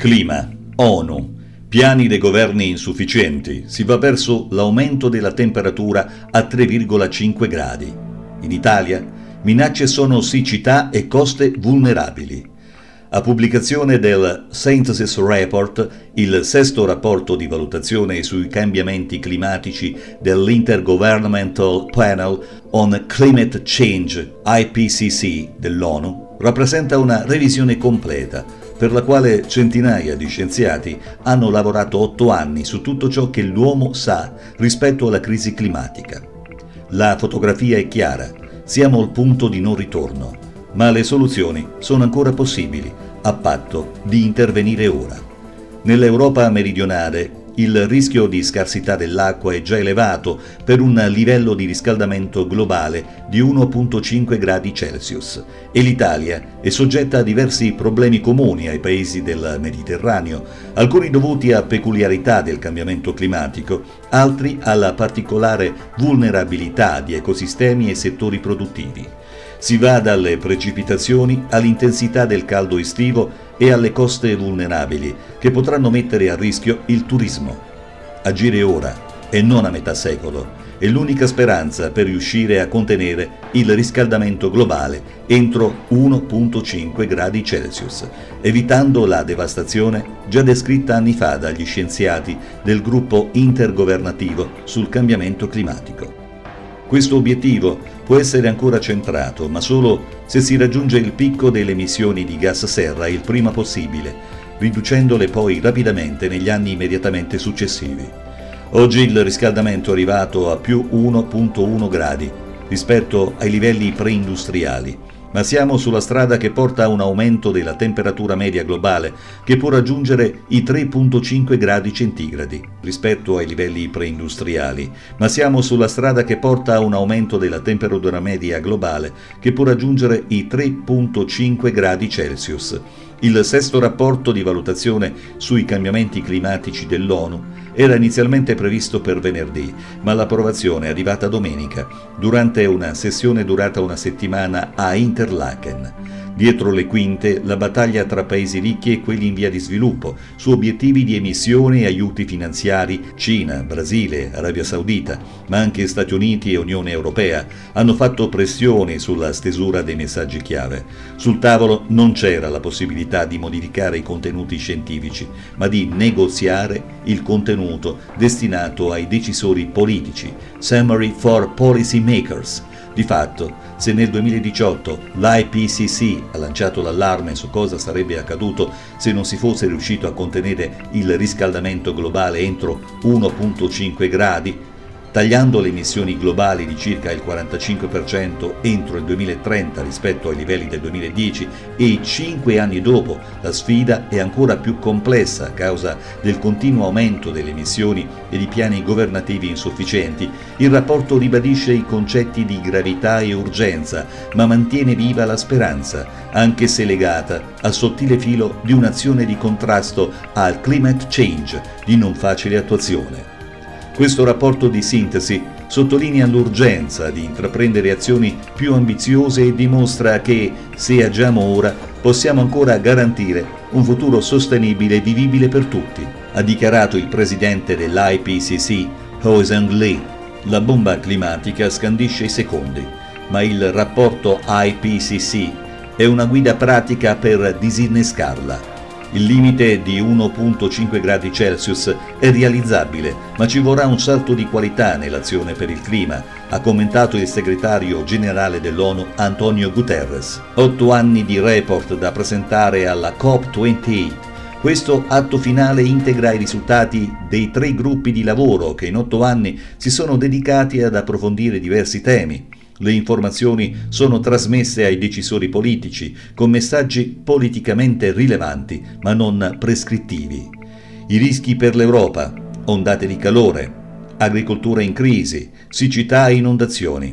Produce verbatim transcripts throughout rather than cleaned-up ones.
Clima, ONU, piani dei governi insufficienti, si va verso l'aumento della temperatura a tre virgola cinque gradi. In Italia, minacce sono siccità e coste vulnerabili. A pubblicazione del Synthesis Report, il sesto rapporto di valutazione sui cambiamenti climatici dell'Intergovernmental Panel on Climate Change, I P C C, dell'ONU, rappresenta una revisione completa, per la quale centinaia di scienziati hanno lavorato otto anni su tutto ciò che l'uomo sa rispetto alla crisi climatica. La fotografia è chiara, siamo al punto di non ritorno, ma le soluzioni sono ancora possibili, a patto di intervenire ora. Nell'Europa meridionale il rischio di scarsità dell'acqua è già elevato per un livello di riscaldamento globale di uno virgola cinque gradi Celsius e l'Italia è soggetta a diversi problemi comuni ai paesi del Mediterraneo, alcuni dovuti a peculiarità del cambiamento climatico, altri alla particolare vulnerabilità di ecosistemi e settori produttivi. Si va dalle precipitazioni all'intensità del caldo estivo e alle coste vulnerabili che potranno mettere a rischio il turismo. Agire ora e non a metà secolo è l'unica speranza per riuscire a contenere il riscaldamento globale entro uno virgola cinque gradi Celsius, evitando la devastazione già descritta anni fa dagli scienziati del gruppo intergovernativo sul cambiamento climatico. Questo obiettivo può essere ancora centrato, ma solo se si raggiunge il picco delle emissioni di gas serra il prima possibile, riducendole poi rapidamente negli anni immediatamente successivi. Oggi il riscaldamento è arrivato a più uno virgola uno gradi rispetto ai livelli preindustriali, ma siamo sulla strada che porta a un aumento della temperatura media globale che può raggiungere i tre virgola cinque gradi centigradi rispetto ai livelli preindustriali, ma siamo sulla strada che porta a un aumento della temperatura media globale che può raggiungere i tre virgola cinque gradi Celsius. Il sesto rapporto di valutazione sui cambiamenti climatici dell'ONU era inizialmente previsto per venerdì, ma l'approvazione è arrivata domenica, durante una sessione durata una settimana a Interlaken. Dietro le quinte la battaglia tra paesi ricchi e quelli in via di sviluppo, su obiettivi di emissione e aiuti finanziari. Cina, Brasile, Arabia Saudita, ma anche Stati Uniti e Unione Europea hanno fatto pressioni sulla stesura dei messaggi chiave. Sul tavolo non c'era la possibilità di modificare i contenuti scientifici, ma di negoziare il contenuto destinato ai decisori politici, Summary for Policy Makers. Di fatto, se nel duemiladiciotto l'I P C C ha lanciato l'allarme su cosa sarebbe accaduto se non si fosse riuscito a contenere il riscaldamento globale entro uno virgola cinque gradi, tagliando le emissioni globali di circa il quarantacinque per cento entro il duemilatrenta rispetto ai livelli del duemiladieci, e cinque anni dopo la sfida è ancora più complessa a causa del continuo aumento delle emissioni e di piani governativi insufficienti, il rapporto ribadisce i concetti di gravità e urgenza, ma mantiene viva la speranza, anche se legata al sottile filo di un'azione di contrasto al climate change di non facile attuazione. Questo rapporto di sintesi sottolinea l'urgenza di intraprendere azioni più ambiziose e dimostra che, se agiamo ora, possiamo ancora garantire un futuro sostenibile e vivibile per tutti, ha dichiarato il presidente dell'I P C C, Ho Seung Lee. La bomba climatica scandisce i secondi, ma il rapporto I P C C è una guida pratica per disinnescarla. Il limite di uno virgola cinque gradi Celsius è realizzabile, ma ci vorrà un salto di qualità nell'azione per il clima, ha commentato il segretario generale dell'ONU Antonio Guterres. Otto anni di report da presentare alla COP ventotto. Questo atto finale integra i risultati dei tre gruppi di lavoro che in otto anni si sono dedicati ad approfondire diversi temi. Le informazioni sono trasmesse ai decisori politici con messaggi politicamente rilevanti ma non prescrittivi. I rischi per l'Europa, ondate di calore, agricoltura in crisi, siccità e inondazioni.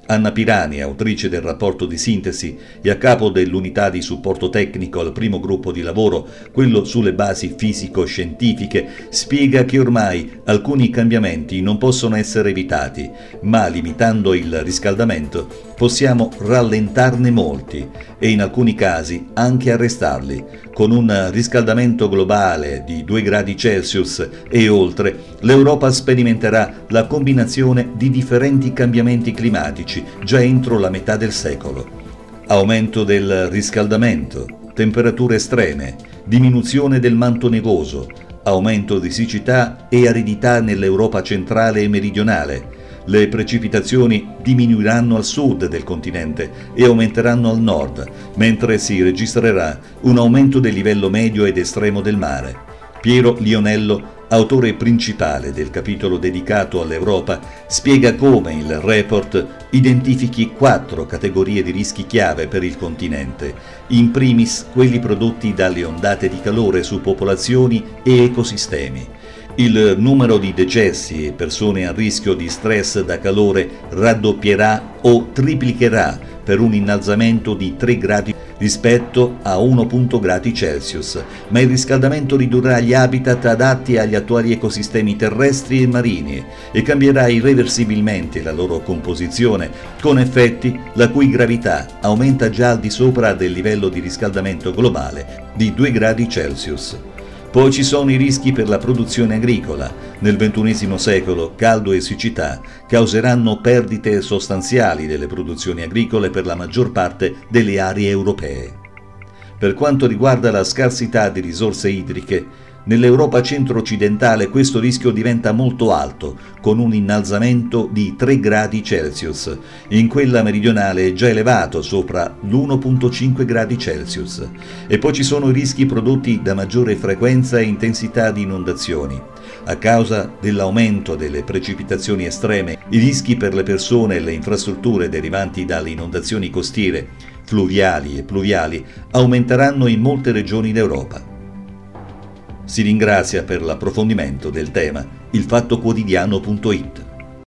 Anna Pirani, autrice del rapporto di sintesi e a capo dell'unità di supporto tecnico al primo gruppo di lavoro, quello sulle basi fisico-scientifiche, spiega che ormai alcuni cambiamenti non possono essere evitati, ma limitando il riscaldamento possiamo rallentarne molti e in alcuni casi anche arrestarli. Con un riscaldamento globale di due gradi Celsius e oltre, l'Europa sperimenterà la combinazione di differenti cambiamenti climatici già entro la metà del secolo. Aumento del riscaldamento, temperature estreme, diminuzione del manto nevoso, aumento di siccità e aridità nell'Europa centrale e meridionale. Le precipitazioni diminuiranno al sud del continente e aumenteranno al nord, mentre si registrerà un aumento del livello medio ed estremo del mare. Piero Lionello, autore principale del capitolo dedicato all'Europa, spiega come il report identifichi quattro categorie di rischi chiave per il continente, in primis quelli prodotti dalle ondate di calore su popolazioni e ecosistemi. Il numero di decessi e persone a rischio di stress da calore raddoppierà o triplicherà per un innalzamento di tre gradi rispetto a uno gradi Celsius, ma il riscaldamento ridurrà gli habitat adatti agli attuali ecosistemi terrestri e marini e cambierà irreversibilmente la loro composizione, con effetti la cui gravità aumenta già al di sopra del livello di riscaldamento globale di due gradi Celsius. Poi ci sono i rischi per la produzione agricola. Nel ventunesimo secolo caldo e siccità causeranno perdite sostanziali delle produzioni agricole per la maggior parte delle aree europee. Per quanto riguarda la scarsità di risorse idriche, nell'Europa centro-occidentale questo rischio diventa molto alto, con un innalzamento di tre gradi Celsius. In quella meridionale è già elevato sopra l'uno virgola cinque gradi Celsius. E poi ci sono i rischi prodotti da maggiore frequenza e intensità di inondazioni. A causa dell'aumento delle precipitazioni estreme, i rischi per le persone e le infrastrutture derivanti dalle inondazioni costiere, fluviali e pluviali aumenteranno in molte regioni d'Europa. Si ringrazia per l'approfondimento del tema il fatto quotidiano punto it.